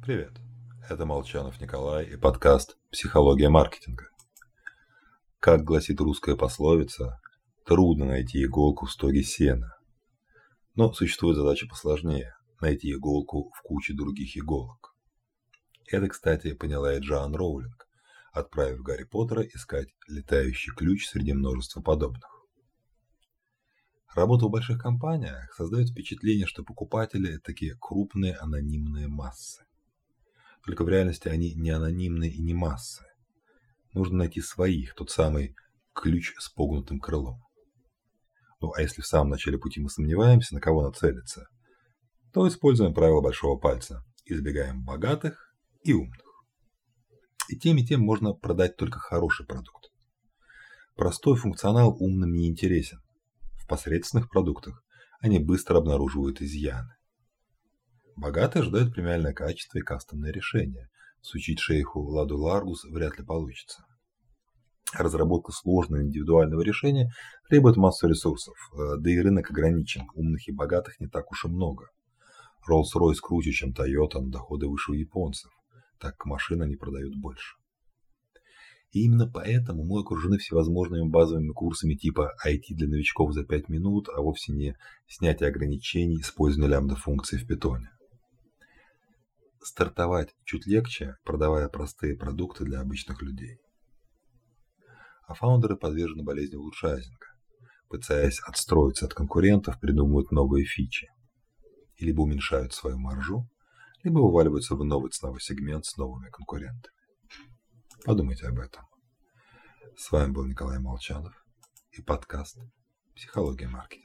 Привет, это Молчанов Николай и подкаст «Психология маркетинга». Как гласит русская пословица, трудно найти иголку в стоге сена. Но существует задача посложнее – найти иголку в куче других иголок. Это, кстати, поняла и Джоан Роулинг, отправив Гарри Поттера искать летающий ключ среди множества подобных. Работа в больших компаниях создает впечатление, что покупатели – такие крупные анонимные массы. Только в реальности они не анонимные и не массы. Нужно найти своих, тот самый ключ с погнутым крылом. Ну а если в самом начале пути мы сомневаемся, на кого нацелиться, то используем правило большого пальца. Избегаем богатых и умных. И тем можно продать только хороший продукт. Простой функционал умным не интересен. В посредственных продуктах они быстро обнаруживают изъяны. Богатые ожидают премиальное качество и кастомное решение. Сучить шейху Ладу Ларгус вряд ли получится. Разработка сложного индивидуального решения требует массу ресурсов, да и рынок ограничен, умных и богатых не так уж и много. Rolls-Royce круче, чем Toyota, но доходы выше у японцев, так как машин они продают больше. И именно поэтому мы окружены всевозможными базовыми курсами типа IT для новичков за 5 минут, а вовсе не снятие ограничений, использование лямбда-функций в питоне. Стартовать чуть легче, продавая простые продукты для обычных людей. А фаундеры подвержены болезни улучшайзинга. Пытаясь отстроиться от конкурентов, придумывают новые фичи. И либо уменьшают свою маржу, либо вываливаются в новый ценовой сегмент с новыми конкурентами. Подумайте об этом. С вами был Николай Молчанов и подкаст «Психология маркетинга».